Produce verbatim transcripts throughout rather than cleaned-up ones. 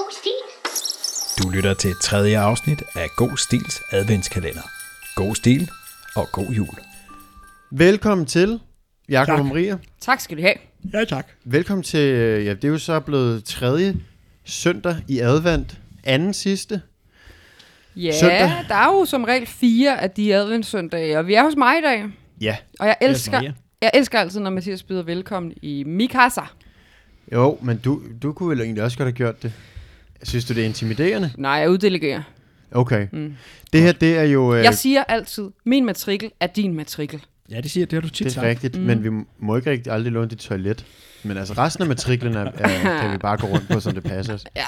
god stil. Du lytter til tredje afsnit af God Stils adventskalender. God stil og god jul. Velkommen til, Jakob og Maria. Tak skal du have. Ja, tak. Velkommen til, ja, det er jo så blevet tredje søndag i advent. Anden sidste. Ja, søndag. Der er jo som regel fire af de adventssøndage, og vi er hos mig i dag. Ja. Og jeg Yes, elsker, Maria. jeg elsker altid, når Mathias byder velkommen i Mikasa. Jo, men du, du kunne vel egentlig også godt have gjort det. Synes du, det er intimiderende? Nej, jeg uddelegerer. Okay. Mm. Det her, det er jo... Øh, Jeg siger altid, min matrikel er din matrikel. Ja, det siger det har du tit det er sagt. rigtigt, mm. men vi må ikke rigtig aldrig låne dit toilet. Men altså resten af matriklen er, er, kan vi bare gå rundt på, som det passer os. Ja,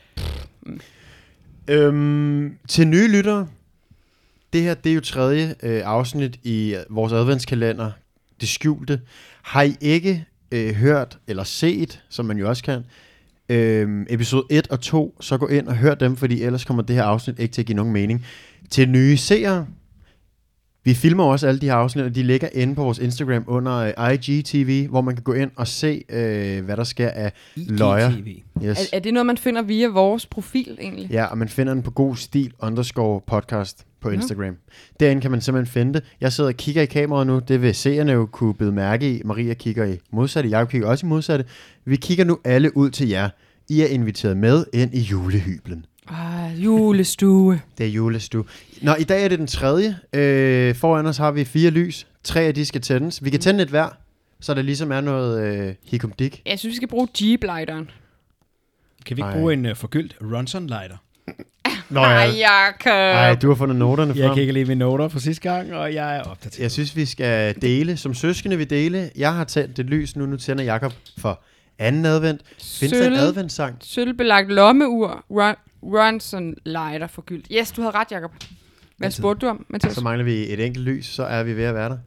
Øhm, til nye lyttere, det her det er jo tredje øh, afsnit i øh, vores adventskalender, Det Skjulte. Har I ikke øh, hørt eller set, som man jo også kan, øh, episode et og to, så gå ind og hør dem, fordi ellers kommer det her afsnit ikke til at give nogen mening. Til nye seere, vi filmer også alle de her afsnit, og de ligger inde på vores Instagram under øh, I G T V, hvor man kan gå ind og se, øh, hvad der sker af løjer. I G T V. Yes. er, er det noget, man finder via vores profil egentlig? Ja, og man finder den på god stil underscore podcast på Instagram. Mm. Derinde kan man simpelthen finde det. Jeg sidder og kigger i kameraet nu. Det vil seerne jo kunne bide mærke i. Maria kigger i modsatte. Jeg kigger også i modsatte. Vi kigger nu alle ud til jer. I er inviteret med ind i julehyblen. Ah, julestue. Det er julestue. Nå, i dag er det den tredje. Øh, foran os har vi fire lys. Tre af de skal tændes. Vi kan tænde et hver, så der ligesom er noget øh, hikumdik. Jeg synes, vi skal bruge Jeep-lighteren. Kan vi ikke Ej. bruge en uh, forgyldt Ronson lighter? Nå Ej, Jakob. Ej, du har fundet noterne Jeg frem. kigger lige mine noter fra sidste gang, og jeg er opdateret. Jeg synes, vi skal dele. Som søskende vi dele. Jeg har tændt det lys nu. Nu tænder Jakob for anden advent. Findes der en Sølv. adventssang? Sølvbelagt lommeur. Ron, Ronson lighter forgyldt. Yes, du havde ret, Jakob. Hvad Altid. spurgte du om, Mathias? Så mangler vi et enkelt lys, så er vi ved at være der.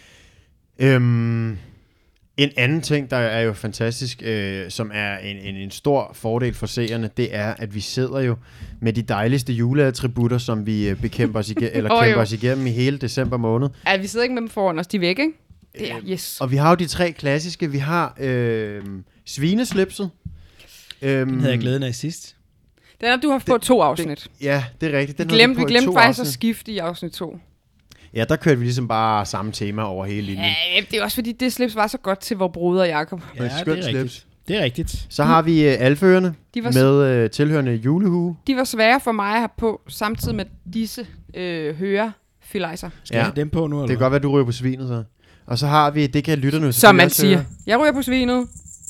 Øhm, en anden ting, der er jo fantastisk, øh, som er en, en, en stor fordel for seerne, det er, at vi sidder jo med de dejligste juleattributter, som vi øh, bekæmper os igennem, eller Åh, kæmper jo. os igennem i hele december måned. Ja, vi sidder ikke med dem foran os, de er væk, ikke? Det er, yes. Og vi har jo de tre klassiske. Vi har øh, svineslipset. Øhm, Den havde jeg glæden af sidst. Den er, du har fået to afsnit. Ja, det er rigtigt. Den Vi havde glemte, på vi i glemte to faktisk at afsnit. skifte i afsnit to. Ja, der kørte vi ligesom bare samme tema over hele linjen. Ja, det er også fordi, det slips var så godt til vores broder Jakob. Ja, et det skønt er slips. rigtigt. Det er rigtigt. Så har vi øh, alføerne De var, med øh, tilhørende julehue. de var svære for mig at have på, samtidig med disse øh, hørefilejser. Skal ja. jeg have dem på nu, eller Det kan godt være, du ryger på svinet så. Og så har vi, det kan lytterne Som man også siger. høre. Jeg ryger på svinet.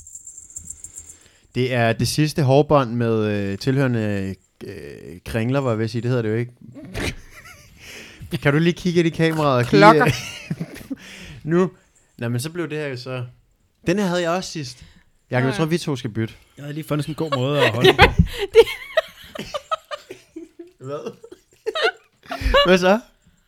Det er det sidste hårbånd med øh, tilhørende øh, kringler, var jeg ved at sige. Det hedder det jo ikke. Kan du lige kigge ind i kameraet? Og Klokker. Kigge, nu. Nå, men så blev det her jo så... Den her havde jeg også sidst. Jeg, jeg Ja. tror, vi to skal bytte. Jeg havde lige fundet sådan en god måde at holde den på. Hvad? Hvad så?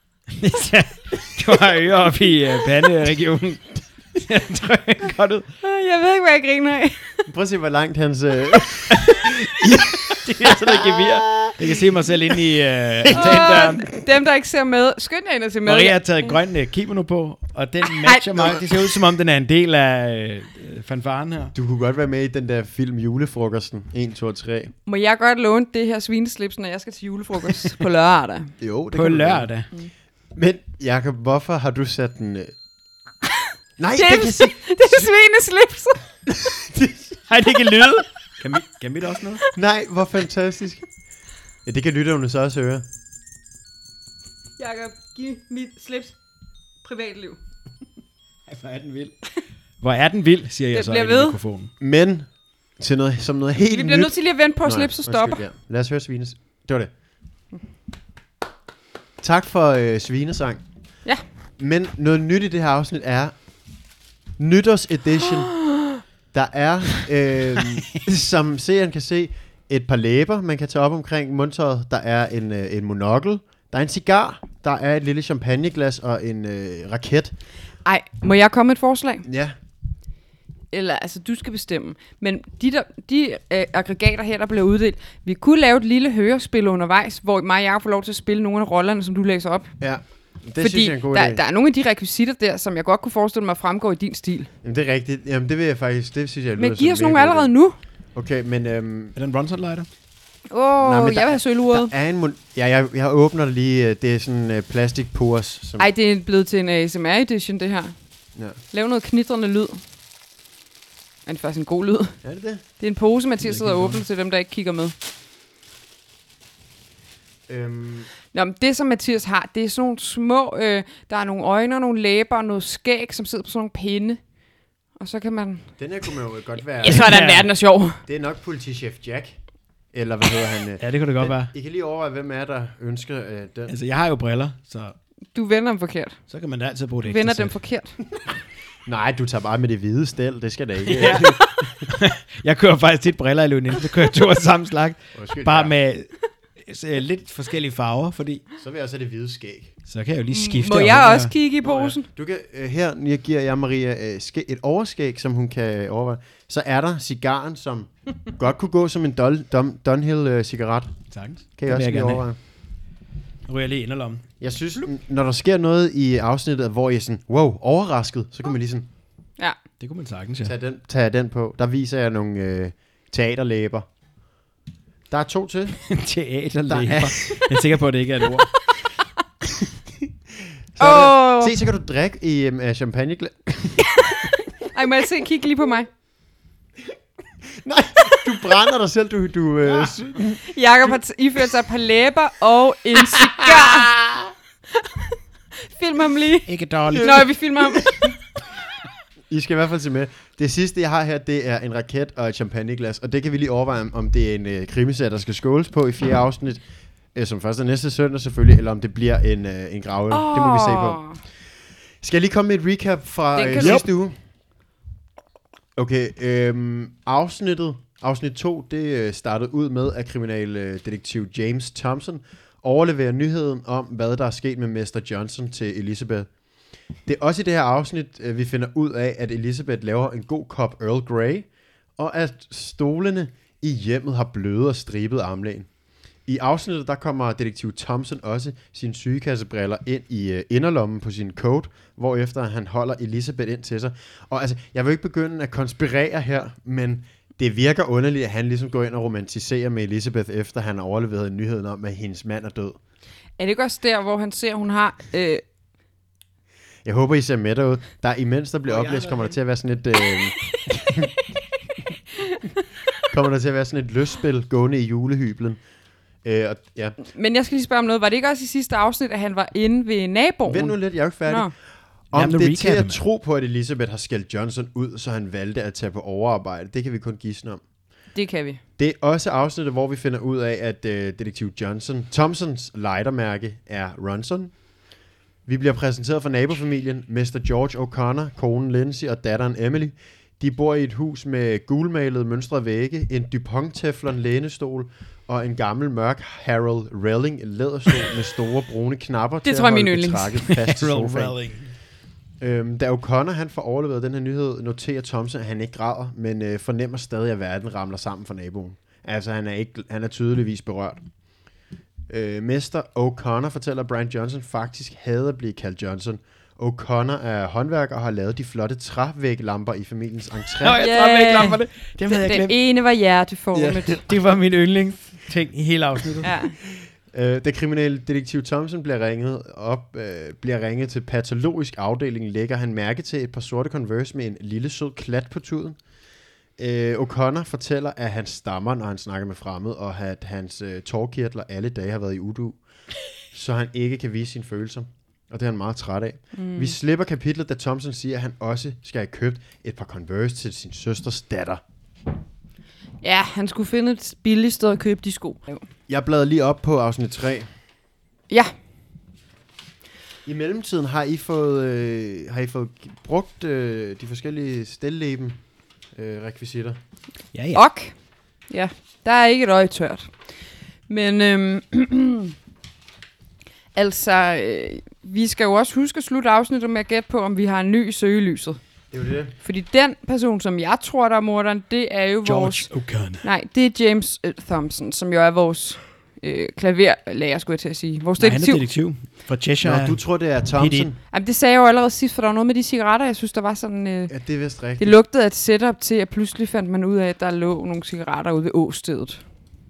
Du har ører op i uh, panderegionen. Jeg tror, jeg er godt ud. Jeg ved ikke, hvad jeg griner af. Prøv at se, hvor langt hans... Øh... Det er sådan noget gevir. Jeg kan se mig selv inde i uh, altandøren. Dem, der ikke ser med, skynd jer ind og se med. Maria har taget grøn uh, kimono på, og den matcher mig. Det ser ud som om, den er en del af uh, fanfaren her. Du kunne godt være med i den der film Julefrokosten. en, to og tre. Må jeg godt låne det her svineslips, når jeg skal til julefrokost på lørdag? Jo, det På kan du lørdag. godt. Men, Jakob, hvorfor har du sat den... Øh... Nej, Det er- det kan se... Det er svineslips. Hej, det kan lyde. Kan vi, kan vi det også noget? Nej, hvor fantastisk. Ja, det kan lytterne så også høre. Jakob, giv mit slips privatliv. Ej, hvor er den vild. Hvor er den vild, siger jeg Det så bliver ind i ved. mikrofonen. Men, til noget, som noget helt Vi bliver nyt... nødt til lige at vente på, at Nå, slipset undskyld, stopper. Ja. Lad os høre svines. Det var det. Tak for øh, svinesang. Ja. Men noget nyt i det her afsnit er Nytårs edition. Der er, øh, som seeren kan se, et par læber, man kan tage op omkring mundtøjet. Der er en, øh, en monokkel. Der er en cigar. Der er et lille champagneglas og en øh, raket. Ej, må jeg komme med et forslag? Ja. Eller, altså, du skal bestemme. Men de, der, de øh, aggregater her, der bliver uddelt, vi kunne lave et lille hørespil undervejs, hvor mig og jeg får lov til at spille nogle af rollerne, som du læser op. Ja. Det Fordi synes jeg er en god der, idé. der er nogle af de rekvisitter der, som jeg godt kunne forestille mig fremgår i din stil. Jamen, det er rigtigt. Jamen, det vil jeg faktisk... Det synes jeg Men lyder giv som os en nogle virkelig god allerede idé. nu. Okay, men... Øhm, Er det en Bronson lighter? Åh, Nej, oh, men jeg vil have sølvuret. der er en... Mon- ja, jeg, jeg åbner det lige. øh, Det er sådan uh, plastikpurs. Som, Ej, det er blevet til en A S M R edition, det her. Ja. Lav noget knitrende lyd. Er det faktisk en god lyd? Er det det? Det er en pose, Mathias Det sidder og kan åbner til dem, der ikke kigger med. Øhm, Nå, men det, som Mathias har, det er sådan nogle små... Øh, der er nogle øjne og nogle læber og noget skæg, som sidder på sådan nogle pinde. Og så kan man... den her kunne man jo godt være... Jeg tror, at den Ja. verden er sjov. Det er nok politichef Jack. Eller hvad hedder han? øh? Ja, det kunne det godt Men være. I kan lige overveje, hvem er der ønsker øh, den. Altså, jeg har jo briller, så, Du vender dem forkert. så kan man da altid bruge det Du vender ekstra dem sæt. forkert. Nej, du tager bare med det hvide stel. Det skal da ikke. Ja. Jeg kører faktisk tit briller i Løninde, så kører jeg to af samme slags. Undskyld, Bare ja. med øh, lidt forskellige farver, fordi Så vil jeg også have det hvide skæg. så kan jeg jo lige skifte. Må om jeg den også her- kigge i Nå, ja. posen? Du kan, øh, her jeg giver jeg Maria øh, skæg, et overskæg, som hun kan overveje. Så er der cigaren, som godt kunne gå som en Dol, Dom, Dunhill-cigaret. Sagtens. Kan Det jeg vil også jeg lige gerne have. overveje. Nu ryger jeg lige inderlommen. Jeg synes, n- når der sker noget i afsnittet, hvor jeg er sådan, wow, overrasket, så kan man lige sådan, Ja. Det kunne man sagtens, ja. tage den, tage den på. Der viser jeg nogle øh, teaterlæber. Der er to til. Teaterlæber. Der er- Jeg er sikker på, at det ikke er et ord. Så, er Åh! der, se, så kan du drikke i øh, champagne. Ej, må jeg se, kigge lige på mig. Nej, du brænder dig selv. Du, du, øh, s- Jakob har t- iført sig et par læber og en cigar. Film ham lige. Ikke dårligt. Nå, vi filmer ham. I skal i hvert fald se med. Det sidste, jeg har her, det er en raket og et champagneglas. Og det kan vi lige overveje, om- om det er en øh, krimiserie, der skal skåles på i fjerde afsnit. Øh, som først er næste søndag selvfølgelig. Eller om det bliver en, øh, en gravøl. Oh. Det må vi se på. Skal jeg lige komme med et recap fra Den øh, kan sidste uge? Okay, øhm, afsnittet, afsnit to, det øh, startede ud med, at kriminaldetektiv James Thompson overleverer nyheden om, hvad der er sket med mester Johnson til Elizabeth. Det er også i det her afsnit, øh, vi finder ud af, at Elizabeth laver en god kop Earl Grey, og at stolene i hjemmet har bløde og stribet armlæn. I afsnittet, der kommer detektiv Thompson også sine sygekassebriller ind i øh, inderlommen på sin coat, hvorefter han holder Elizabeth ind til sig. Og altså, jeg vil ikke begynde at konspirere her, men det virker underligt, at han ligesom går ind og romantiserer med Elizabeth, efter han har overleveret nyheden om, at hendes mand er død. Er det ikke også der, hvor han ser, hun har... Øh, Jeg håber, I ser med derude. Der, imens der bliver Hvor jeg oplæst, har kommer der været til at være sådan et... Øh, kommer der til at være sådan et lystspil gående i julehyblen. Øh, og, ja. men jeg skal lige spørge om noget. Var det ikke også i sidste afsnit, at han var inde ved naboen? Vent nu lidt, jeg er jo ikke færdig. Nå. Om Jamen, nu det er til recappen, at mand. tro på, at Elizabeth har skældt Johnson ud, så han valgte at tage på overarbejde, det kan vi kun gisne om. Det kan vi. Det er også afsnittet, hvor vi finder ud af, at øh, detektiv Johnson, Thompsons lightermærke er Ronson. Vi bliver præsenteret for nabofamilien, mester George O'Connor, konen Lindsay og datteren Emily. De bor i et hus med gulmalede mønstrede vægge, en DuPont Teflon lænestol og en gammel mørk Harold Relling læderstol med store brune knapper til tror jeg at er min holde yndlings. betrækket fast i Harold sofaen. Relling. Øhm, da O'Connor han får overleveret den her nyhed, noterer Thompson, at han ikke græder, men øh, fornemmer stadig, at verden ramler sammen for naboen. Altså, han er, ikke, han er tydeligvis berørt. Øh, Mester O'Connor fortæller, at Brian Johnson faktisk havde at blive kaldt Johnson. O'Connor er håndværker og har lavet de flotte trævæglamper i familiens Nå, entré. jeg Ja. tror ikke glemme for det. Det havde jeg Den glemt. ene var hjerteformet. Ja. Det var min yndlingsting i hele afsnittet. Ja. Øh, da kriminelle detektiv Thompson bliver ringet op, øh, bliver ringet til patologisk afdeling, lægger han mærke til et par sorte Converse med en lille sød klat på tuden. Øh, O'Connor fortæller, at han stammer, når han snakker med fremmede, og at hans øh, tårkirtler alle dage har været i udu, så han ikke kan vise sine følelser. Og det er han meget træt af. Mm. Vi slipper kapitlet, da Thompson siger, at han også skal have købt et par Converse til sin søsters datter. ja, han skulle finde et billigt sted at købe de sko. Jeg bladrer lige op på afsnit tre. Ja, I mellemtiden har I fået, øh, har I fået brugt øh, de forskellige stilleben øh, rekvisitter. Ja, ja. ok. Ja, der er ikke et øje tørt. Men øhm, altså, øh, vi skal jo også huske at slutte afsnittet med at gætte på, om vi har en ny i søgelyset. Det er jo det. Fordi den person, som jeg tror, der er morderen, det er jo vores... George O'Connor. Nej, det er James øh, Thompson, som jo er vores øh, klaverlærer, skulle jeg til at sige. Vores Nej, han er detektiv. detektiv fra Cheshire. Nå, du tror, det er Thompson? Jamen, det sagde jeg jo allerede sidst, for der var noget med de cigaretter, jeg synes, der var sådan... Øh, Ja, det er vist rigtigt. det lugtede af et setup til, at pludselig fandt man ud af, at der lå nogle cigaretter ude ved åstedet.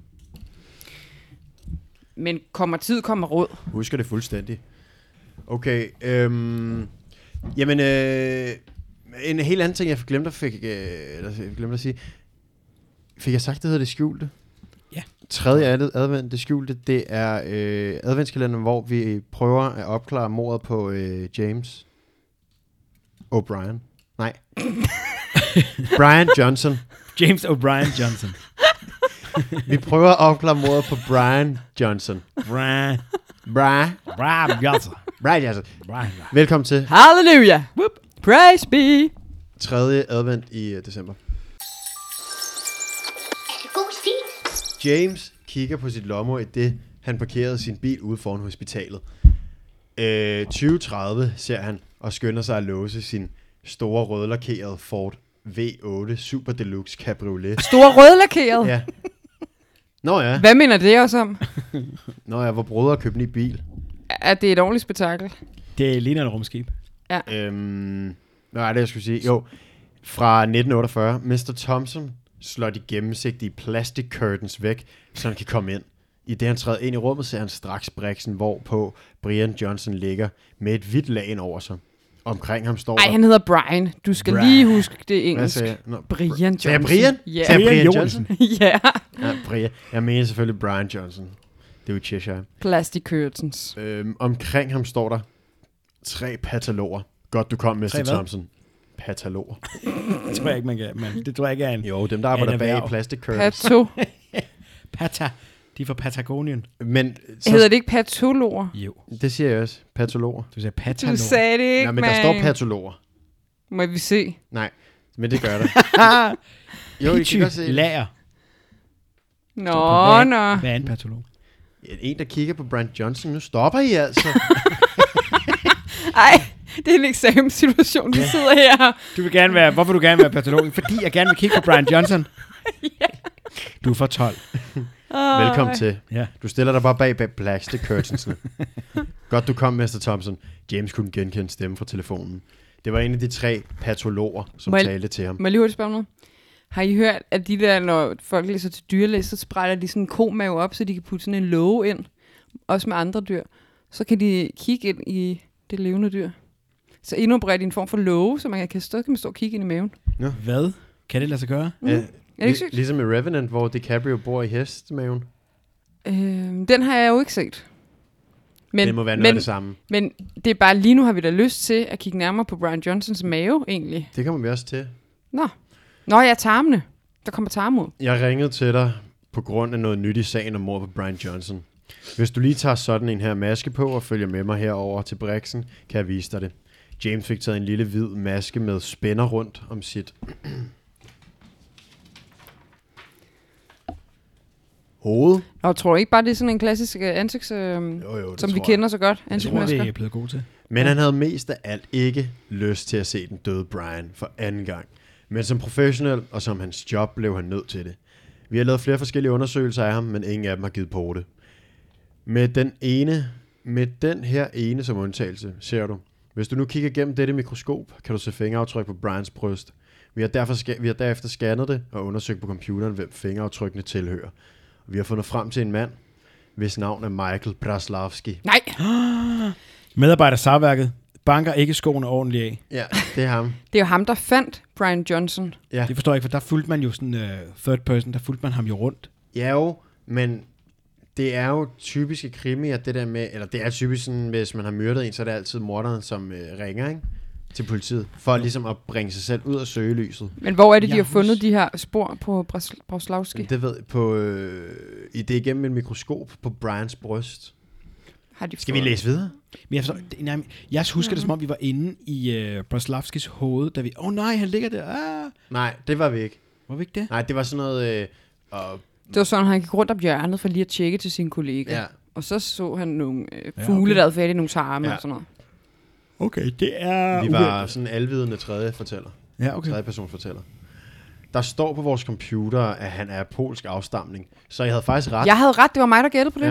Men kommer tid, kommer råd. Husker det fuldstændig. Okay, øhm, jamen, øh, en helt anden ting, jeg glemte at, fik, øh, eller, jeg glemte at sige. Fik jeg sagt, det hedder Det Skjulte? Ja. Tredje ad- advent, Det Skjulte, det er øh, adventskalenderen, hvor vi prøver at opklare mordet på øh, James O'Brien. Nej. Brian Johnson. James O'Brien Johnson. Vi prøver at opklare mordet på Brian Johnson. Brian. Brian. Brian Johnson. Brian Johnson. Brian. Velkommen til Halleluja! Whoop. Praise be! tredje advent i uh, december. God stil. James kigger på sit lommer i det, han parkerede sin bil ude foran hospitalet. Øh, tyve tredive ser han og skynder sig at låse sin store rødlakerede Ford V otte Super Deluxe Cabriolet. Stor rødlakeret. Ja. Nå ja. Hvad mener det også om? Nå ja, hvor brødre købte en ny bil. Er det et ordentligt spektakel? Det ligner et rumskib. Øhm, hvad er det, jeg skulle sige? Jo, fra nitten otteogfyrre. mister Thompson slår de gennemsigtige plastic curtains væk, så han kan komme ind. I det han træder ind i rummet, ser han straks briksen, hvorpå Brian Johnson ligger med et hvidt lagen over sig. Omkring ham står Nej, der... han hedder Brian. Du skal Brian. lige huske det Hvad engelsk. sagde jeg? Nå, Brian Johnson. Sagde jeg Brian? Ja. Sagde jeg Brian Brian Johnson. Johnson? Ja. Ja, Brian. Jeg mener selvfølgelig Brian Johnson. Det er jo Cheshire. Plastic curtains. Øhm, omkring ham står der tre patologer. Godt, du kom, mister Tre hvad? Thompson. Patologer. Det tror jeg ikke, man kan. Man. Det tror jeg ikke er en... Jo, dem der arbejder Ja, bag erhverv. i plastic curtains. Pato. Pata. De er fra Patagonien. Men så, Hedder det ikke patologer? Jo. det siger jeg også. Patologer. Du sagde Patalor. Du sagde det ikke, Nej, men man. der står patologer. Må vi se? Nej, men det gør der. jo, I kan godt se det. Lager. Nå, Hvad- nå. Hvad er en patolog? En, der kigger på Brian Johnson. Nu stopper I altså. Ej, det er en eksamenssituation, du sidder her. Du vil gerne være... Hvorfor vil du gerne være patolog? Fordi jeg gerne vil kigge på Brian Johnson. Ja. Du er for tolv. Velkommen til. Ja. Du stiller dig bare bag bag plastic curtainsene. Godt, du kom, mister Thompson. James kunne genkende stemme fra telefonen. Det var en af de tre patologer, som Må jeg- talte til ham. Må jeg lige hurtigt spørge om noget? Har I hørt, at de der, når folk læser til dyrlæge, så sprætter de sådan en komave op, så de kan putte sådan en låge ind, også med andre dyr. Så kan de kigge ind i det levende dyr. Så endnu bredt i en form for låge, så man kan stadig kan man stå og kigge ind i maven. Hvad? Kan det lade sig gøre? Mm. Ja, Er det ikke sygt? Ligesom i Revenant, hvor DiCaprio bor i hestmaven. Øh, den har jeg jo ikke set. Men, Det må være noget men, af det samme. men det er bare, lige nu har vi da lyst til at kigge nærmere på Brian Johnsons mave, egentlig. Det kommer vi også til. Nå, Nå jeg er tarmene. Der kommer tarme ud. Jeg ringede til dig på grund af noget nyt i sagen om mord på Brian Johnson. Hvis du lige tager sådan en her maske på og følger med mig herover til Brixen, kan jeg vise dig det. James fik taget en lille hvid maske med spænder rundt om sit hoved. Og tror du ikke bare, det er sådan en klassisk uh, ansigts, uh, Jo, jo, det som vi tror jeg. kender så godt? Jeg tror, Ansigtsmasker. det er blevet god til. Men han havde mest af alt ikke lyst til at se den døde Brian for anden gang. Men som professionel og som hans job blev han nødt til det. Vi har lavet flere forskellige undersøgelser af ham, men ingen af dem har givet på det. Med den ene, med den her ene som undtagelse, ser du. Hvis du nu kigger gennem dette mikroskop, kan du se fingeraftryk på Brians bryst. Vi har, derfor ska- vi har derefter scannet det og undersøgt på computeren, hvem fingeraftrykkene tilhører. Vi har fundet frem til en mand, hvis navn er Michael Braslavski. Nej, Medarbejdersagværket banker ikke skoene ordentligt af. Ja, det er ham. det er jo ham, der fandt Brian Johnson. Ja. Det forstår jeg ikke, for der fulgte man jo sådan uh, third person, der fulgte man ham jo rundt. Ja jo, men det er jo typiske krimier, det der med, eller det er typisk sådan, hvis man har myrdet en, så er det altid morderen, som øh, ringer, ikke? Til politiet, for ligesom at bringe sig selv ud af søgelyset. Men hvor er det, de Jeg har fundet husker- de her spor på Bras- Braslavski? Det ved på, øh, i det er igennem et mikroskop på Brians bryst. Har de Skal vi fået- læse videre? Men jeg, forstår, det, nej, men jeg husker det, som om vi var inde i uh, Braslavskis hoved, da vi... Åh oh, nej, han ligger der. Ah. Nej, det var vi ikke. Var vi ikke det? Nej, det var sådan noget, øh, og, Det var sådan, han gik rundt om hjørnet for lige at tjekke til sin kollega. ja, Og så så han nogle øh, Ja, fugle, okay. der havde fat i nogle tarme Ja. og sådan noget. Okay, det er... vi var sådan en alvidende tredje fortæller. Ja, okay. Tredje person fortæller. Der står på vores computer, at han er af polsk afstamning. Så jeg havde faktisk ret. Jeg havde ret, det var mig, der gættede på det. Ja.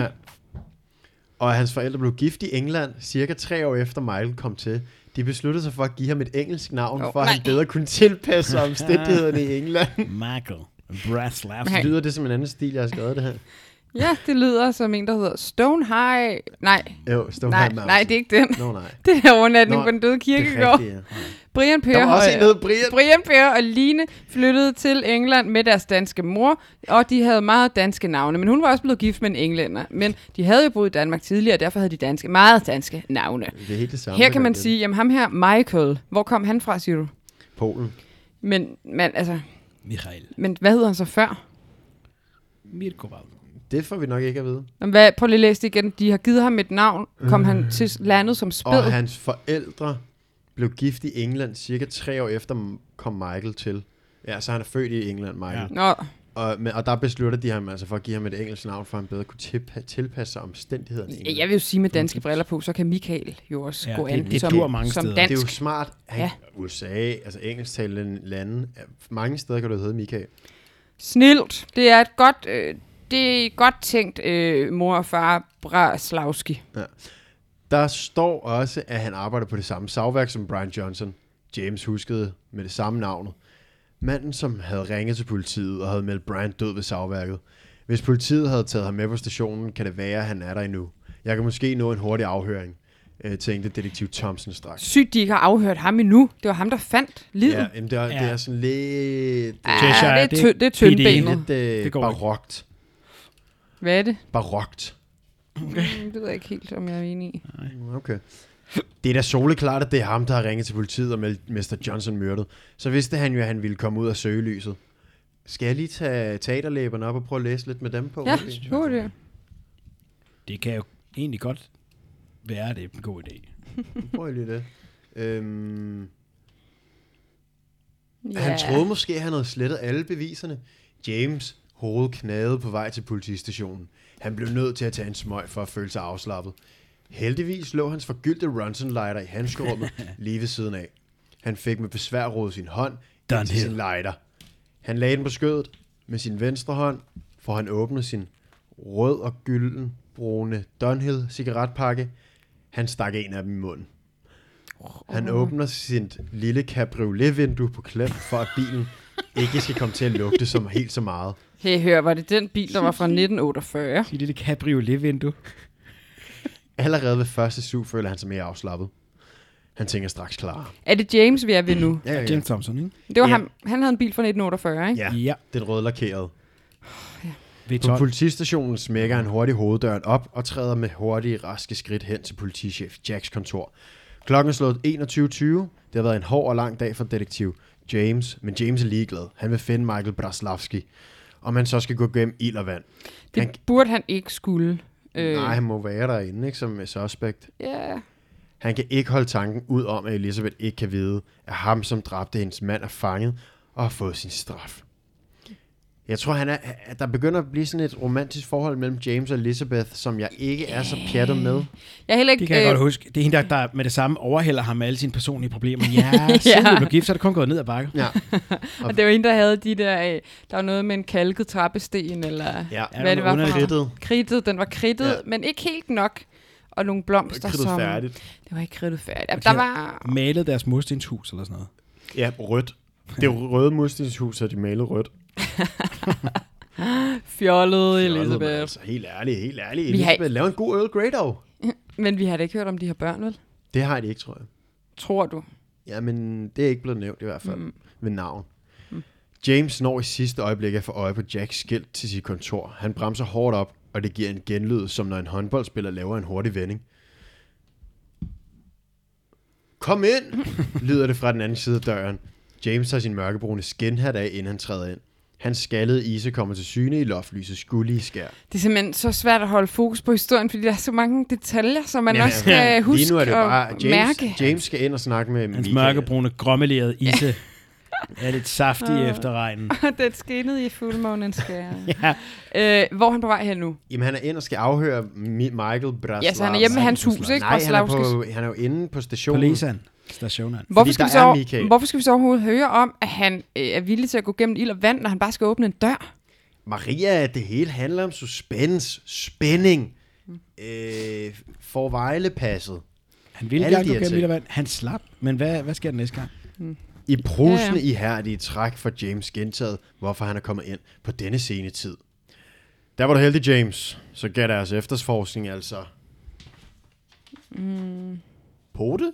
Og hans forældre blev gift i England, cirka tre år efter Michael kom til. De besluttede sig for at give ham et engelsk navn, oh, for at nej. han bedre kunne tilpasse sig omstændighederne i England. Michael Braslavski. Nej. Lyder det som en anden stil, jeg har skrevet det her? Ja, det lyder som en, der hedder Stone High. Nej, Jo, Stone nej, High Mountain. nej, det er ikke den. Nå, nej. Det er overnatning Nå, på den døde Det kirkegård. er rigtigt, ja. Brian Per, Der var også og, en, der hed Brian. Brian Per og Line flyttede til England med deres danske mor, og de havde meget danske navne. Men hun var også blevet gift med en englænder. Men de havde jo boet i Danmark tidligere, og derfor havde de danske, meget danske navne. Det er helt det samme. Her kan man det. sige, jamen ham her, Michael, hvor kom han fra, siger du? Polen. Men, men altså, Michael. men hvad hed han så før? Mirko. Det får vi nok ikke at vide. Jamen, Hvad, prøv lige at læse det igen. De har givet ham et navn. Kom han til landet som spæd? Og hans forældre blev gift i England cirka tre år efter kom Michael til. Ja, så han er født i England, Michael. Nå, Og, men, og der beslutter de ham altså for at give ham et engelsk navn, for at han bedre kunne tilpa- tilpasse sig omstændighederne. i ja, England. jeg vil jo sige med danske briller på, så kan Michael jo også Ja, gå det- an det som, dur mange som steder. Det er dansk. jo smart. Han, Ja. ja. U S A, altså engelsktalende lande, mange steder kan du hedde Michael. Snilt. Det er et godt, øh, det er godt tænkt, øh, mor og far Braslavski. Der står også, at han arbejder på det samme savværk som Brian Johnson. James huskede med det samme navnet. Manden, som havde ringet til politiet og havde meldt Brian død ved savværket. Hvis politiet havde taget ham med på stationen, kan det være, at han er der endnu. Jeg kan måske nå en hurtig afhøring, øh, tænkte detektiv Thompson straks. Sygt, de ikke har afhørt ham endnu. Det var ham, der fandt livet. Ja, jamen det, er, Ja. det er sådan lidt, Ah, Cheshire, det er, det- tø- det er P D. tyndbenet. lidt øh, Det går ikke. barokt. Hvad er det? Barokt. Okay. Det ved jeg ikke helt, om jeg er enig i. Okay. Det er da soleklart, at det er ham, der har ringet til politiet og meldt mister Johnson myrdet. Så vidste han jo, at han ville komme ud af søgelyset. Skal jeg lige tage teaterlæberne op og prøve at læse lidt med dem på? Ja, måske? god det. Det kan jo egentlig godt være, det er en god idé. Prøv lige det. Øhm, Ja. Han troede måske, at han havde slettet alle beviserne. James hoved knagede på vej til politistationen. Han blev nødt til at tage en smøg for at føle sig afslappet. Heldigvis lå hans forgyldte Ronson-lighter i handskerummet lige ved siden af. Han fik med besvær rodet sin hånd ind til sin lighter. Han lagde den på skødet med sin venstre hånd, for han åbnede sin rød og gylden brune Dunhill cigaretpakke. Han stak en af dem i munden. Han åbner sit lille cabriolet-vindue på klem, for at bilen ikke skal komme til at lugte som helt så meget. Hey, hør, var det den bil, der var fra nitten otteogfyrre? Sig det, det cabriolet-vindue. Allerede ved første sug føler han sig mere afslappet. Han tænker straks klar. Er det James, vi er ved nu? Ja, ja, ja. James Thompson, ikke? Det var Ja. ham. Han havde en bil fra nitten otteogfyrre, ikke? Ja, Ja. den røde lakerede. V På tolv. politistationen smækker han hurtigt hoveddøren op og træder med hurtige, raske skridt hen til politichef Jacks kontor. Klokken er slået enogtyve tyve. Det har været en hård og lang dag for detektiv James, men James er ligeglad. Han vil finde Michael Braslavski, om han så skal gå gennem ild og vand. Det Han, burde han ikke skulle. Øh, nej, han må være derinde, ikke, som suspect. Ja. Han kan ikke holde tanken ud om, at Elizabeth ikke kan vide, at ham, som dræbte hendes mand, er fanget og har fået sin straf. Jeg tror, han er, at der begynder at blive sådan et romantisk forhold mellem James og Elizabeth, som jeg ikke er så pjattet med. Jeg er heller ikke... Det kan jeg øh, godt huske. Det er hende, der, der med det samme overhælder ham med alle sine personlige problemer. Ja, siden Ja. vi blev gift, så er det kun gået ned ad bakke. Ja, Og det var en, der havde de der... Øh, der var noget med en kalket trappesten, eller ja. hvad det var for underligt. noget. Kridtet. Kridtet. Den var kridtet, Ja. ja. men ikke helt nok. Og nogle blomster, Kridtet som... færdigt. Det var ikke kridtet færdigt. Ja, de der har- var... Malet deres murstenshus eller sådan noget. Ja, rødt. Det røde murstenshus, og de malet rødt. Fjollet Fjollet, Elizabeth. men Altså, helt ærligt, helt ærligt. Vi har- Elizabeth, lav en god Earl Grey dog. Men vi har da ikke hørt om de her børn, vel? Det har de ikke, tror jeg. Tror du? Ja, men det er ikke blevet nævnt i hvert fald Mm. mm. ved navn. Mm. James når i sidste øjeblik at få øje på Jacks skilt til sit kontor. Han bremser hårdt op, og det giver en genlyd, som når en håndboldspiller laver en hurtig vending. Kom ind, lyder det fra den anden side af døren. James tager sin mørkebrune skinhat af, inden han træder ind. Hans skaldede ise kommer til syne i loftlysets gullige skær. Det er simpelthen så svært at holde fokus på historien, fordi der er så mange detaljer, som man Jamen, også skal huske Lige nu er det bare, at James, mærke. James skal ind og snakke med Hans Michael. mørkebrune, grommelerede ise er lidt saftig Ah. efter regnen. Den skinnede i fuldmånens skær. Ja. øh, hvor er han på vej hen nu? Jamen, han er ind og skal afhøre Mi- Michael Braslavski. Ja, så han er hjemme ved hans hus, ikke? Nej, han er, Braslavskis. på, han er jo inde på På stationen. Lesan. stationen. Hvorfor skal, der vi så, er Michael. hvorfor skal vi så overhovedet høre om, at han øh, er villig til at gå gennem ild og vand, når han bare skal åbne en dør? Maria, det hele handler om suspense, spænding, mm. øh, forvejlepasset. Han ville Alle gerne de gå her gennem ting. vand. Han slap. Men hvad, hvad sker der næste gang? I brusende Ja, ja. ihærdige træk for James gentaget, hvorfor han er kommet ind på denne senetid. Der var du heldig, James. Så gav deres efterforskning altså... Mm. Pote?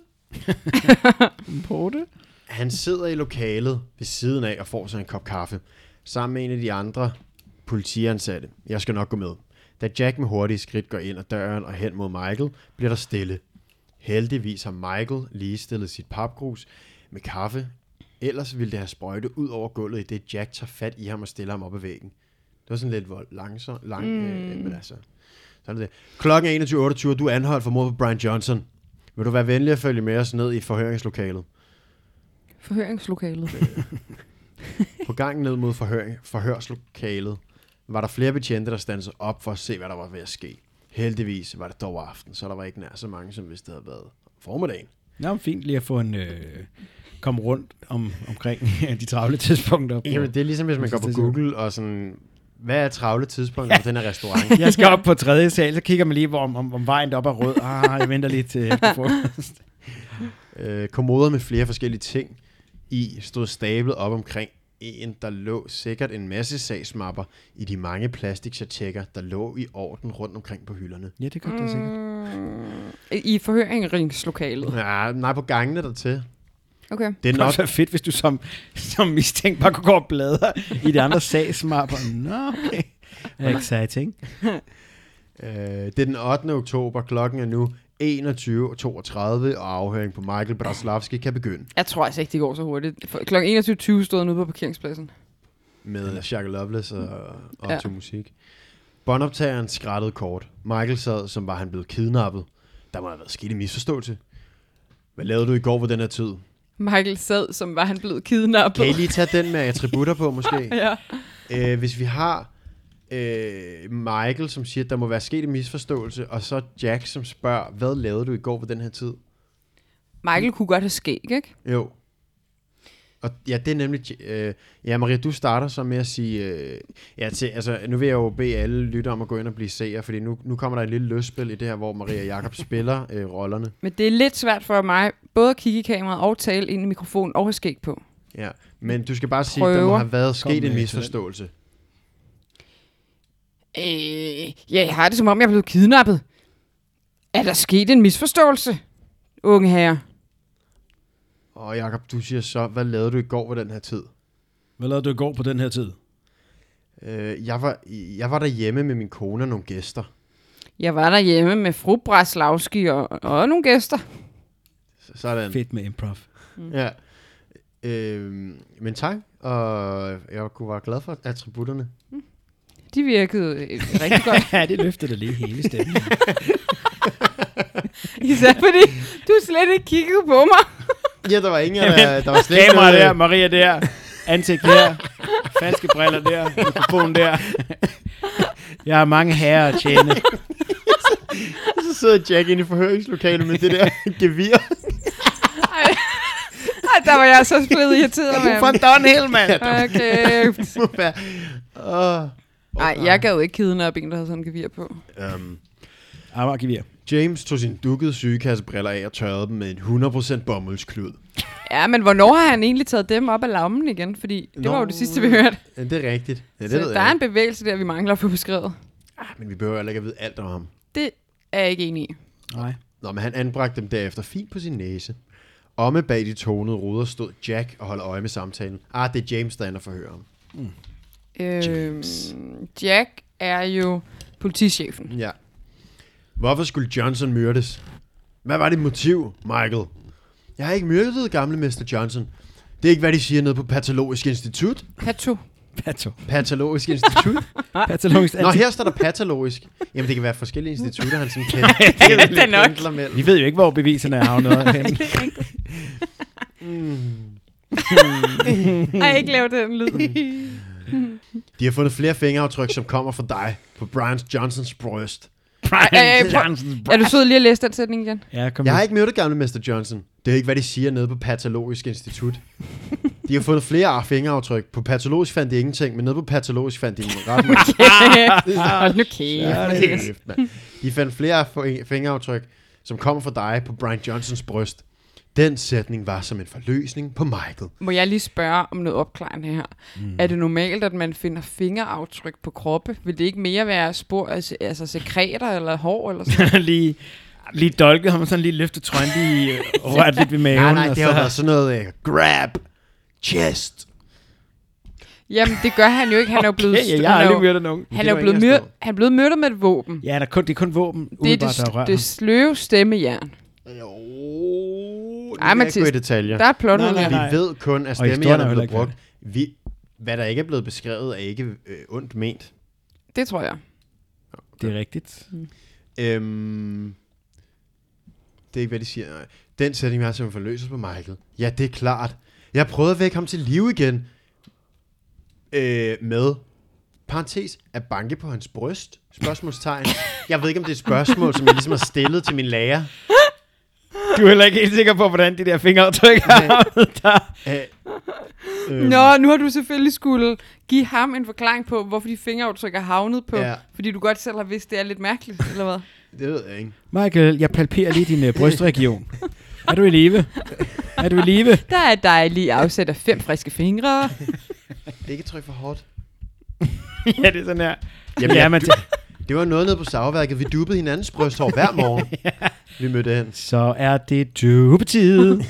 På det? Han sidder i lokalet ved siden af og får sig en kop kaffe, sammen med en af de andre politiansatte. Jeg skal nok gå med. Da Jack med hurtige skridt går ind ad døren og hen mod Michael, bliver der stille. Heldigvis har Michael lige stillet sit papgrus med kaffe. Ellers ville det have sprøjtet ud over gulvet, i det Jack tager fat i ham og stiller ham op ad væggen. Det var sådan lidt vold, langsom, lang, mm. øh, men altså, sådan er det. Klokken er enogtyve otteogtyve, og du er anholdt for mord på Brian Johnson. Vil du være venlig at følge med os ned i forhøringslokalet? Forhøringslokalet. På gangen ned mod forhør, forhørslokalet var der flere betjente, der standede op for at se, hvad der var ved at ske. Heldigvis var det dog aften, så der var ikke nær så mange, som hvis det havde været formiddagen. Nå, men fint lige at få en... Øh, komme rundt om, omkring de travle tidspunkter. På. Jamen, det er ligesom, hvis man går på Google og sådan... Hvad er travle tidspunkter på den her restaurant? Jeg skal op på tredje sal, så kigger man lige, hvor, om, om, om vejen deroppe er rød. Ah, jeg venter lige til efter frokost. øh, kommoder med flere forskellige ting i stod stablet op omkring en, der lå sikkert en masse sagsmapper i de mange plastikchartekker, der lå i orden rundt omkring på hylderne. Ja, det gør det sikkert. Mm. I forhøringslokalet. Ja, nej, på gangene dertil. Okay. Det er Det kunne nok også være fedt, hvis du som, som mistænkt bare kunne gå og bladre i de andre sagsmapper. Nå, okay. Exciting. øh, det er den ottende oktober, klokken er nu enogtyve toogtredive, og afhøring på Michael Braslavski kan begynde. Jeg tror altså ikke, det går så hurtigt. For klokken enogtyve tyve stod han ude på parkeringspladsen. Med Shaka Loveless og, og Ja. til musik. Båndoptageren skrættede kort. Michael sad, som var han blevet kidnappet. Der må have været sket en misforståelse. Hvad lavede du i går på den her tid? Michael sad, som var han blevet kidnappet. Kan I lige tage den med attributter på, måske? Ja. øh, hvis vi har øh, Michael, som siger, at der må være sket en misforståelse, og så Jack, som spørger, hvad lavede du i går på den her tid? Michael kunne godt have skæg, ikke? Jo. Og ja, det er nemlig... Øh, ja, Maria, du starter så med at sige... Øh, ja, til, altså, nu vil jeg jo bede alle lytter om at gå ind og blive seere, fordi nu, nu kommer der et lille løsspil i det her, hvor Maria og Jakob spiller øh, rollerne. Men det er lidt svært for mig, både at kigge i kameraet og tale ind i mikrofonen og have skæg på. Ja, men du skal bare sige, at der Prøver. må have været Kom sket med en til misforståelse. Øh, ja, jeg har det som om, jeg er blevet kidnappet. Er der sket en misforståelse, unge herre? Og Jakob, du siger så, hvad lavede du i går på den her tid? Hvad lavede du i går på den her tid? Øh, jeg, var, jeg var derhjemme med min kone og nogle gæster. Jeg var derhjemme med fru Braslavski og, og nogle gæster. Så, sådan. Fedt med improv. Ja. Øh, men tak, og jeg kunne være glad for attributterne. De virkede øh, rigtig godt. Ja, det løftede da lige hele stemmen. Især fordi du slet ikke kiggede på mig. Ja, der var ingen, der, der var slet ikke Kamera noget- der, Maria der, ansigt der, falske briller der, mikrofon der. Jeg har mange herrer at tjene. Så sidder Jack inde i forhøringslokalet med det der gevir. Ej, der var jeg så blevet irriteret med For ham. en Dunhill, mand. Okay. oh. Nej, jeg gad ikke kidnappe en, der havde sådan en gevir på. um, Amager Gevir. James tog sine dukkede sygekassebriller af og tørrede dem med en hundrede procent bomuldsklud. Ja, men hvornår har han egentlig taget dem op af lammen igen? Fordi det Nå, var jo det sidste, vi hørte. Ja, det er rigtigt. Ja, det Så ved der jeg er en ikke. bevægelse der, vi mangler at få beskrevet. Ah, men vi behøver heller ikke at vide alt om ham. Det er jeg ikke enig i. Nej. Nå, men han anbragte dem derefter fint på sin næse. Omme bag de tonede ruder stod Jack og holdt øje med samtalen. Ah, det er James, der ender forhører ham. Øhm, Jack er jo politichefen. Ja. Hvorfor skulle Johnson myrdes? Hvad var dit motiv, Michael? Jeg har ikke myrdet gamle mister Johnson. Det er ikke, hvad de siger nede på Patologisk Institut. Pato. Pato. Patologisk Institut? Patologisk Nå, her står der patologisk. Jamen, det kan være forskellige institutter, han sådan kender. Det er det er nok. Vi ved jo ikke, hvor beviserne er havnet henne. Har jeg ikke lavet den lyd? De har fundet flere fingeraftryk, som kommer fra dig på Brian Johnsons bryst. Ej, ej, ej, prøv- Johnsons Er du sød lige at læse den sætning igen? Ja, kom Jeg har med. ikke myrdet gamle mister Johnson. Det er ikke, hvad de siger nede på Patologisk Institut. De har fundet flere fingeraftryk. På patologisk fandt de ingenting, men nede på patologisk fandt de ret meget. Hold nu kæft. De fandt flere fingeraftryk, som kommer fra dig på Brian Johnsons bryst. Den sætning var som en forløsning på Michael. Må jeg lige spørge om noget opklarende her? Mm. Er det normalt, at man finder fingeraftryk på kroppe? Vil det ikke mere være spor, altså, altså sekreter eller hår eller sådan? lige, lige dolket, har man sådan lige løftet trøjen lige rørt lidt ved maven. Nej, nej, det har så... været sådan noget uh, grab, chest. Jamen, det gør han jo ikke. Han er jo blevet... Okay, jeg har aldrig mødt nogen. Han er jo blevet, mør- han er blevet myrdet med et våben. Ja, der er kun, det er kun våben. Det er det, det, det sløve stemmejern. Jo, Ej, Mathis, i detaljer. der er plot nej, nej, nej. Vi ved kun, at stemmejern er blevet brugt. Vi, hvad der ikke er blevet beskrevet, er ikke øh, ondt ment. Det tror jeg. Det er rigtigt. Mm. Øhm, det er ikke, hvad de siger. Nej. Den sætning har simpelthen forløses på Michael. Ja, det er klart. Jeg har prøvet at vække ham til live igen. Øh, med, parentes, at banke på hans bryst? Spørgsmålstegn. Jeg ved ikke, om det er et spørgsmål, som jeg ligesom har stillet til min lærer. Du er heller ikke helt sikker på, hvordan de der fingeraftryk har der. Øh, øh, Nå, nu har du selvfølgelig skulle give ham en forklaring på, hvorfor de fingeraftryk er havnet på. Ja. Fordi du godt selv har vidst, det er lidt mærkeligt, eller hvad? Det ved jeg ikke. Michael, jeg palperer lige din uh, brystregion. Er du i live? Er du i live? Der er dig lige afsat af fem friske fingre. Det er ikke tryk for hårdt. Ja, det er sådan her. Jamen, ja, ja, man du, det var noget nede på savværket. Vi dubbede hinandens brysthår hver morgen. Ja. Vi mødte hen. Så er det dubbetid. uh,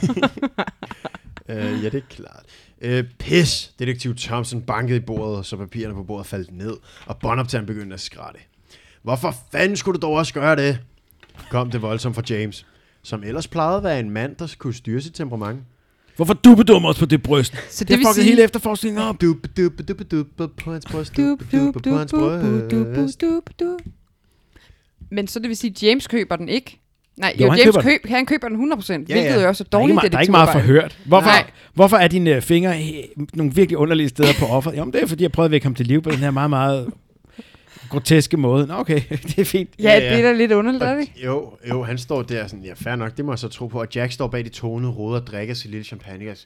ja, det er klart. Uh, pis! Detektiv Thompson bankede i bordet, så papirerne på bordet faldt ned, og båndoptageren begyndte at skrætte. Hvorfor fanden skulle du dog også gøre det? Kom det voldsomt fra James, som ellers plejede at være en mand, der kunne styre sit temperament. Hvorfor dubbedummer os på det bryst? Så det, det vil fuckede sige... hele efterforskningen op. Dubbe, dubbe, dubbe, dubbe på hans bryst. Dubbe, dubbe på hans bryst. Men så det vil sige, at James køber den ikke? Nej, Jo, jo, han James køber køb, han køber den hundrede procent, Ja, hvilket ja. jo også er Der er, ikke dårligt meget, der er ikke meget detektivarbejde. forhørt. Hvorfor, Nej. hvorfor er dine fingre i nogle virkelig underlige steder på offer? Jamen, det er fordi, jeg prøvede at vække ham til liv på den her meget, meget groteske måde. Nå, okay, det er fint. Ja, Ja, ja. det er da lidt underligt, er det Og, ikke? jo, jo, han står der sådan, ja, fair nok, det må jeg så tro på. Og Jack står bag de tonede ruder og drikker sit lille champagne.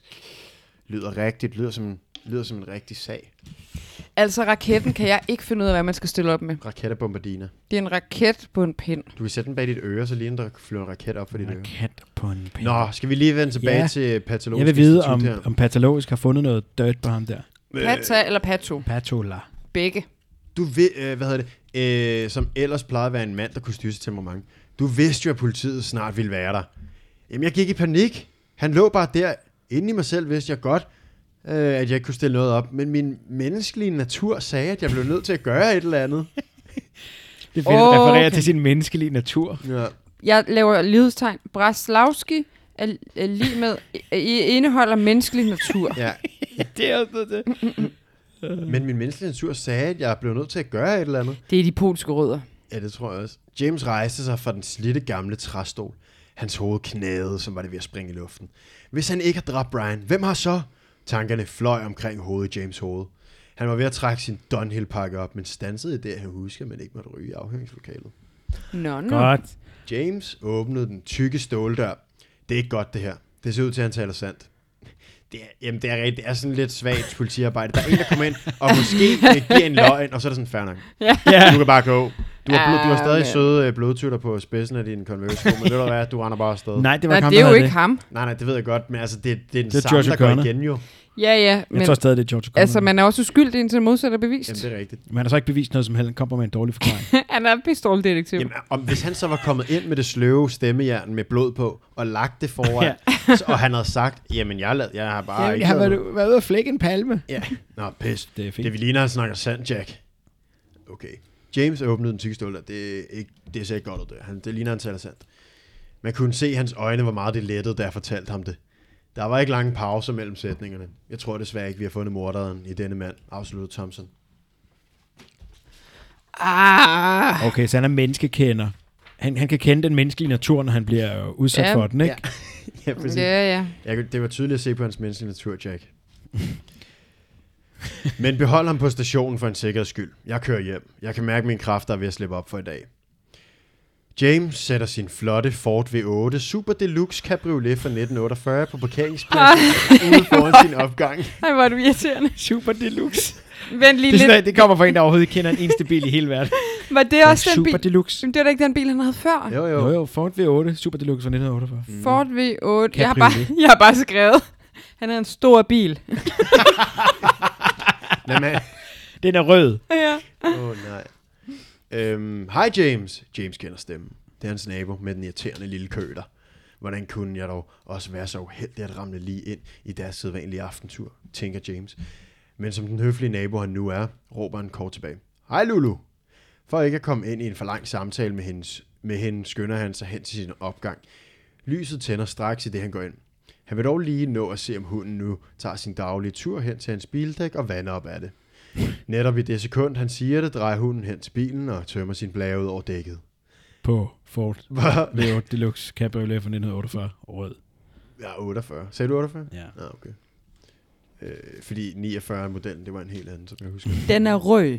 Lyder rigtigt, lyder som, lyder som en rigtig sag. Altså, raketten kan jeg ikke finde ud af, hvad man skal stille op med. Raket af Bombardina. Det er en raket på en pind. Du kan sætte den bag dit øre, så lige der flyver en raket op for dit øre. Kat på en pind. Nå, skal vi lige vende tilbage Ja. til patologisk Jeg vil vide, institut om, her. om patologisk har fundet noget dirt på ham der. Pata eller pato? Patola. Begge. Du ved, øh, hvad hedder det, øh, som ellers plejede at være en mand, der kunne styre sit temperament. Du vidste jo, at politiet snart ville være der. Jamen, jeg gik i panik. Han lå bare der. Inden i mig selv vidste jeg godt, øh, at jeg ikke kunne stille noget op. Men min menneskelige natur sagde, at jeg blev nødt til at gøre et eller andet. Det er fedt at Åh, referere okay. til sin menneskelige natur. Ja. Jeg laver lighedstegn. Braslavski er, er lige med, i indeholder menneskelig natur. Ja. Det er også noget det. Men min menneskelige natur sagde, at jeg blev nødt til at gøre et eller andet. Det er de polske rødder. Ja, det tror jeg også. James rejste sig fra den slitte gamle træstol. Hans hoved knagede, som var det ved at springe i luften. Hvis han ikke har dræbt Brian, hvem har så? Tankerne fløj omkring hovedet i James hoved. Han var ved at trække sin Dunhill-pakke op, men stansede i det, han husker, men ikke måtte ryge i afhøringslokalet. Nå, nå. Godt. James åbnede den tykke ståldør. Det er ikke godt, det her. Det ser ud til, at han taler sandt. Det er, jamen, det er, rigtigt. Det er sådan lidt svagt politiarbejde. Der er en, der kommer ind og måske giver en løgn, og så er det sådan, fair nok. Ja. Du kan bare gå. Du har, blod, du har stadig men- søde øh, blodtytter på spidsen af din Converse, men ved du hvad, du render bare afsted. Nej, det var Nej, ikke ham, det er der jo havde ikke det. ham. Nej, nej, det ved jeg godt, men altså, det, det er den Det er samme, George der går O'Connor. igen jo. Ja, ja. Men, Jeg tror stadig, det er George O'Connor. altså, man er også uskyldig indtil modsat er bevist. Jamen, det er rigtigt. Man har så ikke bevist noget som helst. Han kommer med en dårlig forklaring. Han er pistoldetektiv. Jamen, om, hvis han så var kommet ind med det sløve stemmejern med blod på, og lagt det foran, ja. så, og han havde sagt, jamen, jeg, lad, jeg har bare Jamen, ikke jeg har lavet været, noget." været ude og flække en palme. Ja, nå, pis. Det er fint. Det vi ligner, han snakker sandt, Jack. Okay. James åbnede den tykke stål der. Det, er ikke, det ser ikke godt ud der. Han, det ligner, han taler sandt. Man kunne se hans øjne, hvor meget det lettede, da jeg fortalte ham det. Der var ikke lange pauser mellem sætningerne. Jeg tror desværre ikke, vi har fundet morderen i denne mand, afsluttede Thompson. Ah. Okay, så han er menneskekender. Han, han kan kende den menneskelige natur, når han bliver udsat Ja. for den, ikke? Ja, præcis. Ja, ja. Jeg, kunne- det var tydeligt at se på hans menneskelige natur, Jack. Men behold ham på stationen for en sikkerheds skyld. Jeg kører hjem. Jeg kan mærke, at mine kræfter er ved at slippe op for i dag. James sætter sin flotte Ford V otte Super Deluxe Cabriolet fra nitten otteogfyrre på parkeringspladsen ude foran sin opgang. Ej, hvor er du irriterende. Super Deluxe. Vent lige Det, er lidt. sådan, det kommer fra en, der overhovedet ikke kender en eneste bil i hele verden. Var det også den Super bil? Deluxe. Men det var da ikke den bil, han havde før. Jo, Jo, jo. jo, Ford V otte, Super Deluxe fra nitten otteogfyrre. Mm. Ford V otte. Jeg har, bare, Cabriolet. jeg har bare skrevet, han er en stor bil. Lad mig... Den er rød. Ja. Åh, oh, nej. Øhm, Hej James. James kender stemmen. Det er hans nabo med den irriterende lille køter. Hvordan kunne jeg dog også være så uheldig at ramle lige ind i deres sædvanlige aftentur, tænker James. Men som den høflige nabo han nu er, råber han kort tilbage. Hej Lulu. For ikke at komme ind i en for lang samtale med, hendes, med hende, skynder han sig hen til sin opgang. Lyset tænder straks i det han går ind. Han vil dog lige nå at se, om hunden nu tager sin daglige tur hen til hans bildæk og vander op af det. Netop i det sekund, han siger det, drejer hunden hen til bilen og tømmer sin blære ud over dækket. På Ford Hvad? V otte Deluxe Cabriolet fra nitten otteogfyrre. Rød. Ja, otteogfyrre. Sagde du otteogfyrre? Ja. Ja, okay. Øh, fordi niogfyrre-modellen, det var en helt anden, som jeg husker. Den er rød.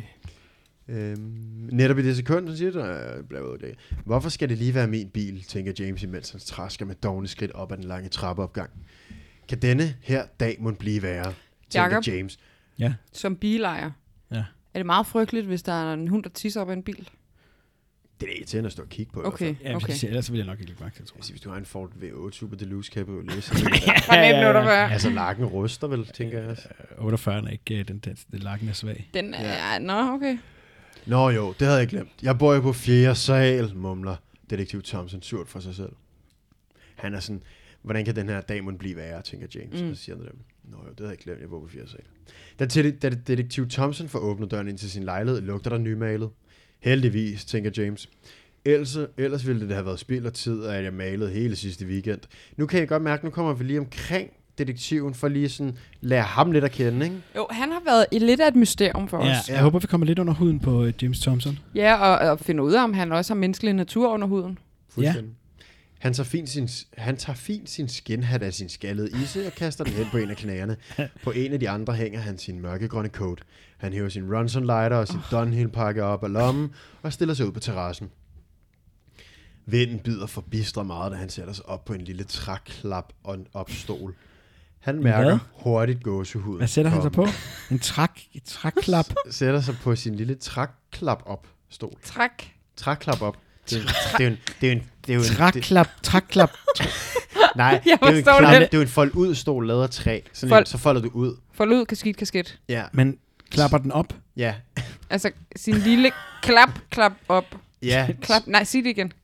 øhm, netop i det sekund, han siger det, øh, blære ud over dækket. Hvorfor skal det lige være min bil, tænker James, imens han træsker med dovne skridt op ad den lange trappeopgang. Kan denne her dag må blive værre, tænker Jacob? James. Ja. Som bilejer. Ja. Er det meget frygteligt, hvis der er en hund, der tisser op ad en bil? Det er irriterende at stå og kigge på. i hvert Okay, fald. Ja, okay. okay. Ellers vil jeg nok ikke lægge mærke til, tror Jeg jeg. siger, hvis du har en Ford V otte Super Deluxe Cabriolet, så Fra nitten otteogfyrre. altså lakken ryster vel, tænker jeg også. otteogfyrre er ikke, øh, den, den, den lakken er svag. Den er... Nå, okay. Nå jo, det havde jeg glemt. Jeg bor jo på fjerde sal, mumler detektiv Thompson surt for sig selv. Han er sådan, hvordan kan den her dag må blive værre, tænker James. Mm. Og så siger han dem, nå jo, det havde jeg glemt, jeg bor på fjerde sal. Da, te- da detektiv Thompson får åbnet døren ind til sin lejlighed, lugter der nymalet. Heldigvis, tænker James. Ellers, ellers ville det have været spild af tid, at jeg malede hele sidste weekend. Nu kan jeg godt mærke, nu kommer vi lige omkring detektiven, for lige sådan, lære ham lidt at kende, ikke? Jo, han har været i lidt af et mysterium for Ja, os. jeg håber, vi kommer lidt under huden på uh, James Thompson. Ja, og, og finde ud af, om han også har menneskelig natur under huden. Fuldstændig. Han tager fint sin, han tager fint sin skinhat af sin skaldede isse og kaster den hen på en af knæerne. På en af de andre hænger han sin mørkegrønne coat. Han hæver sin Ronson lighter og sin oh. Dunhill pakke op af lommen og stiller sig ud på terrassen. Vinden bider forbistrer meget, da han sætter sig op på en lille træklap og en opstol. Han mærker Hvad? hurtigt gåsehuden. Hvad sætter han sig komme. på? En træk, et trækklap. Sætter sig på sin lille træklap op stol. Træk. Træklap op. Det er jo- det er jo en... Det er jo en, det er jo en det, Trækklap, trækklap. nej, Jeg det er jo en, forstår klap, det. det er jo en fold ud stol lavet af træ. Sådan Fold- en, så folder du ud. Fold ud, kasket, kasket. Ja, Men klapper den op? ja, Altså, sin lille klap, klap op. ja. Klap, nej, sig det igen.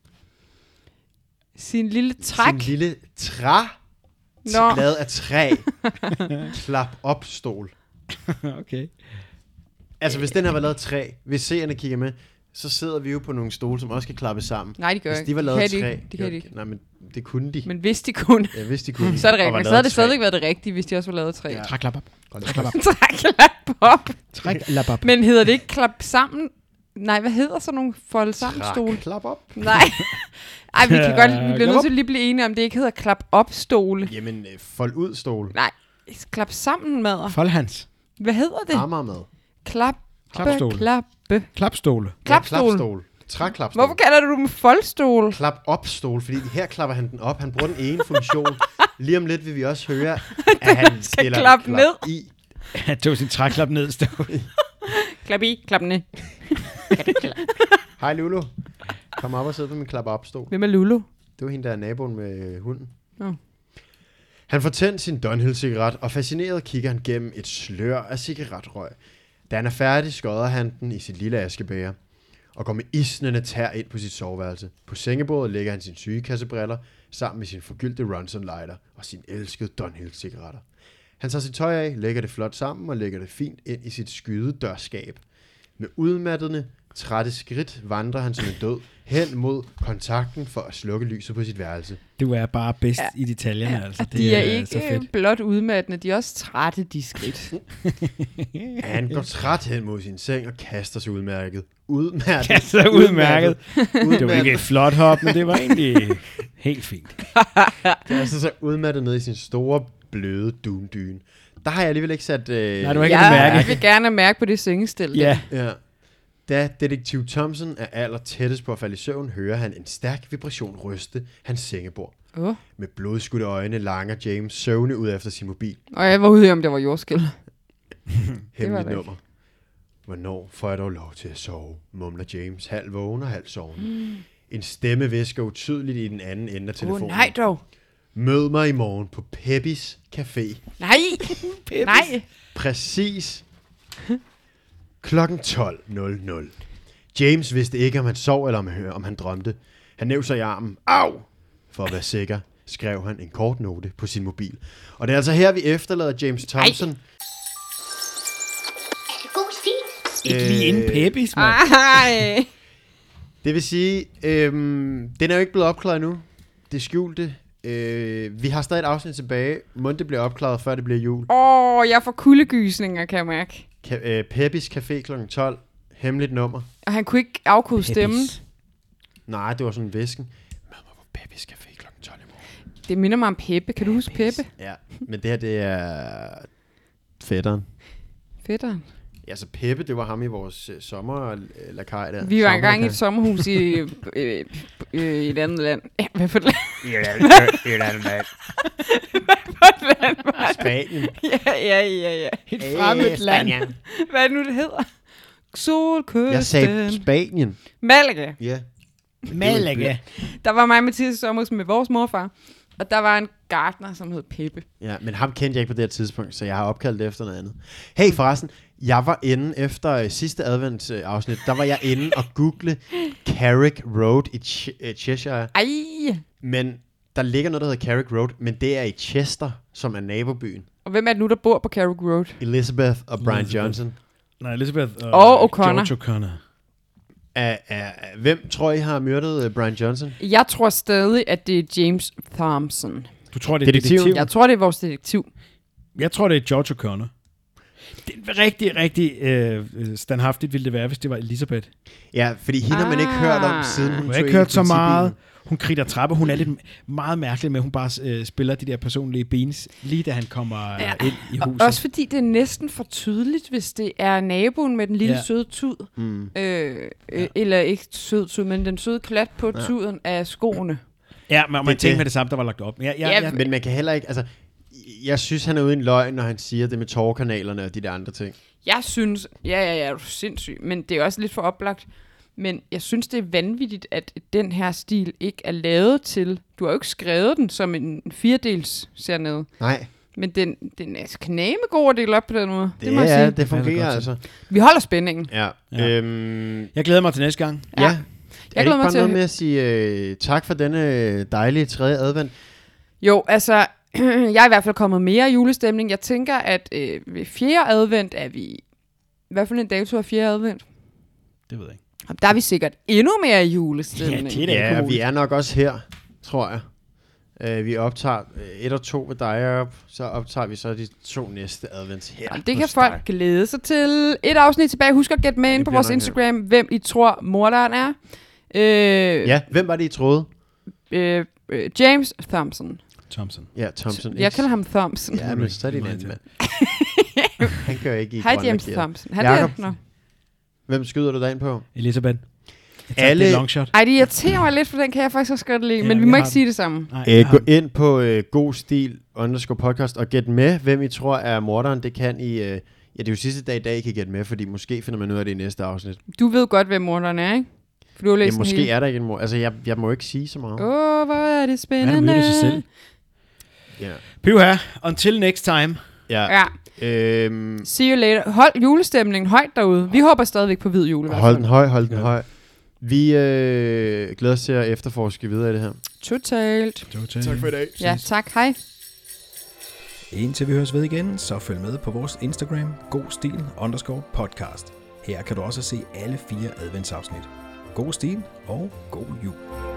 Sin lille træk. Sin lille træ, Nå. lavet af træ. Klap op stol. Okay. Altså, hvis den her var lavet af træ, hvis seerne kigger med, så sidder vi jo på nogle stole, som også kan klappes sammen. Nej, de gør Hvis ikke. de var Det lavet af kan de træ. ikke. Det kan de ikke. Nej, men det kunne de. Men hvis de kunne, Ja, hvis de kunne. så er det Og rigtigt. var Men så lavet havde af det træ. stadigvæk været det rigtige, hvis de også var lavet af træ. Ja. Trækklap op. Hold da Træklap op. Træk, klap op. Trækklap op. Men hedder det ikke klap sammen? Nej, hvad hedder sådan nogle fold sammen stole? Klap op. Nej. Ej, vi kan godt, vi bliver Klap nødt op. til at lige blive enige om, det ikke hedder klap op stole. Jamen, øh, fold ud stol. Nej, klap sammen med. Foldhans. Hvad hedder det? Armer med. Klap. Klapstole. Klappe. Klapstole. Klapstol. Ja, klapstol. Træklapstol. Hvorfor kalder du dem foldstol? Klap op stol, fordi her klapper han den op. Han bruger den ene funktion. Lige om lidt vil vi også høre, at han stiller klappe klap ned. i. Han tog sin trækklap ned. Stol. Klap i, klap ned. Hej Lulu. Kom op og sidde på min klap op stol. Hvem er Lulu? Det var hende, der er naboen med hunden. Nå. Han får tændt sin Dunhill-cigaret, og fascineret kigger han gennem et slør af cigaretrøg. Da han er færdig, skodder han den i sit lille askebæger og går med isnende tær ind på sit soveværelse. På sengebordet lægger han sine sygekassebriller sammen med sin forgyldte Ronson lighter og sin elskede Dunhill-cigaretter. Han tager sit tøj af, lægger det flot sammen og lægger det fint ind i sit skydedørskab. Med udmattende, trætte skridt vandrer han som en død hen mod kontakten for at slukke lyset på sit værelse. Du er bare bedst Ja. i detaljerne, ja. altså. Det De er, er ikke så fedt. blot udmattende, de er også trætte, de skridt. Han går træt hen mod sin seng og kaster sig udmærket. Udmærket. Kaster sig udmærket. Udmærket. Det var ikke et flot hop, men det var egentlig helt fint. Kaster sig udmattet ned i sin store, bløde dundyne. Der har jeg alligevel ikke sat... Øh, Nej, du har ikke Jeg mærke. vil gerne mærke på det sengestil. Ja, Ja. Da detektiv Thompson er aller tættest på at falde i søvn, hører han en stærk vibration ryste hans sengebord. Åh. Med blodskudte øjne langer James søvne ud efter sin mobil. Og jeg var ude i, om det var jordskælv. Hemmeligt det. nummer. Hvornår får jeg dog lov til at sove, mumler James, halv vågen og halv sovende. Mm. En stemme væsker utydeligt i den anden ende af telefonen. Åh, oh, nej dog. Mød mig i morgen på Peppis Café. Nej, nej. Præcis klokken tolv nul nul. James vidste ikke, om han sov eller om, om han drømte. Han nævnte sig i armen. Au! For at være sikker, skrev han en kort note på sin mobil. Og det er altså her, vi efterlader James Thompson. Er det god stil? Ikke lige inden Peppis, mand. Ej. Det vil sige, øhm, den er jo ikke blevet opklaret endnu. Det skjulte. Øh, vi har stadig et afsnit tilbage. Må det bliver opklaret, før det bliver jul. Åh, oh, jeg får kuldegysninger, kan jeg mærke. Ka- øh, Peppis Café klokken tolv. Hemmeligt nummer. Og han kunne ikke afkode stemmen. Nej, det var sådan en væsken. Mød mig på Peppis Café klokken tolv i morgen. Det minder mig om Peppe. Kan du huske Peppe? Ja, men det her, det er fætteren. Fætteren. Ja, så Peppe, det var ham i vores øh, sommerlakaj der. Vi var engang i et Sommerlakaj. sommerhus i, øh, øh, i et andet land. Ja, hvad for et land? I et andet- i et andet land. Hvad land var det? Spanien. Ja, ja, ja, ja. Et fremmed land. Hvad er det nu, det hedder? Solkysten. Jeg sagde Spanien. Malaga. Ja. Malaga. Der var mig og Mathias i sommerhus med vores morfar. Og der var en gartner, som hed Peppe. Ja, men ham kendte jeg ikke på det her tidspunkt, så jeg har opkaldt det efter noget andet. Hey, forresten, jeg var inde efter øh, sidste adventsafsnit, der var jeg inde og google Carrick Road i Ch- øh, Cheshire. Ej. Men der ligger noget, der hedder Carrick Road, men det er i Chester, som er nabobyen. Og hvem er det nu, der bor på Carrick Road? Elizabeth og Brian Elizabeth. Johnson. Nej, Elizabeth og, Og O'Connor. George O'Connor. Er, er, er, hvem tror I har myrdet uh, Brian Johnson? Jeg tror stadig, at det er James Thompson. Du tror, det er Detektiven? detektiv? Jeg tror, det er vores detektiv. Jeg tror, det er George O'Connor. Det er rigtig, rigtig øh, standhaftigt ville det være, hvis det var Elizabeth. Ja, fordi hende har man ikke Ah. hørt om, siden hun Hun har tog ikke ind i hørt så politibilen. meget. Hun kritter trappe. Hun er lidt meget mærkelig med, at hun bare øh, spiller de der personlige beans, lige da han kommer ja. ind i huset. Og også fordi det er næsten for tydeligt, hvis det er naboen med den lille Ja. ja. søde tud. Mm. Øh, øh, Ja. Eller ikke sød tud, men den søde klat på Ja. ja. tuden af skoene. Ja, men man Det- tænker det- med det samme, der var lagt op. Men ja, ja, Ja, ja, Men man kan heller ikke, altså, jeg synes, han er ude i en løgn, når han siger det med tårerkanalerne og de der andre ting. Jeg synes, ja, ja, ja, er du sindssyg, men det er også lidt for oplagt. Men jeg synes, det er vanvittigt, at den her stil ikke er lavet til... Du har jo ikke skrevet den som en firedels sernede. Nej, Men den, den er knæmegod at dele op på den måde. Det, det, det må jeg er, sige. det passer fungerer godt altså. Vi holder spændingen. Ja. Ja. Øhm, Jeg glæder mig til næste gang. ja. Ja. Er Jeg det glæder ikke mig bare til noget at- med at sige øh, tak for denne dejlige tredje advent? Jo, altså, jeg er i hvert fald kommet mere i julestemning. Jeg tænker, at øh, ved fjerde advent er vi... Hvad for en dato er fjerde advent? Det ved jeg ikke. Der er vi sikkert endnu mere i julestemning. Ja, det er da ikke Ja, umuligt. vi er nok også her, tror jeg. Uh, vi optager uh, et og to ved dig op, så optager vi så de to næste advents her. Jamen, det kan hos folk dig. glæde sig til. Et afsnit tilbage. Husk at gætte med ind det på bliver vores nok Instagram, hvem I tror morderen er. Øh, Ja, hvem var det, I troede? øh, øh, James Thompson. Thompson. Ja, Thompson. Jeg kalder ham Thompson. Ja, men så er det en anden mand. Han kører ikke i Hej grøn James lakeret. Thompson. Han Jakob. er, no. Hvem skyder du dig ind på? Elisabeth. Jeg tager Alle- det long shot. Ej, det irriterer mig lidt, for den kan jeg faktisk også godt lide. Ja, Men vi jeg må har ikke den. sige det samme. Nej, Æ, jeg gå har- ind på uh, god stil underscore podcast og gæt med, hvem I tror er morderen. Det kan I... Uh, ja, det er jo sidste dag i dag, I kan gætte med, fordi måske finder man ud af det i næste afsnit. Du ved godt, hvem morderen er, ikke? For du har Ja, læst den måske hele. er der ikke en mor. Altså, jeg, jeg må ikke sige så meget. Åh, oh, hvor er det Han spændende. har myrdet sig selv. Ja. Pyha, until next time. Ja. Ja, Øhm, see you later. Hold julestemningen højt derude. Vi håber stadigvæk på hvid jul i hvert hold fald. den høj, hold den Ja. høj. Vi øh, glæder os til at efterforske videre i det her. Totalt. Tak for i dag. Ja, tak. Hej. Indtil vi høres ved igen, så følg med på vores Instagram, godstil underscore podcast. Her kan du også se alle fire adventsafsnit. God stil og god jul.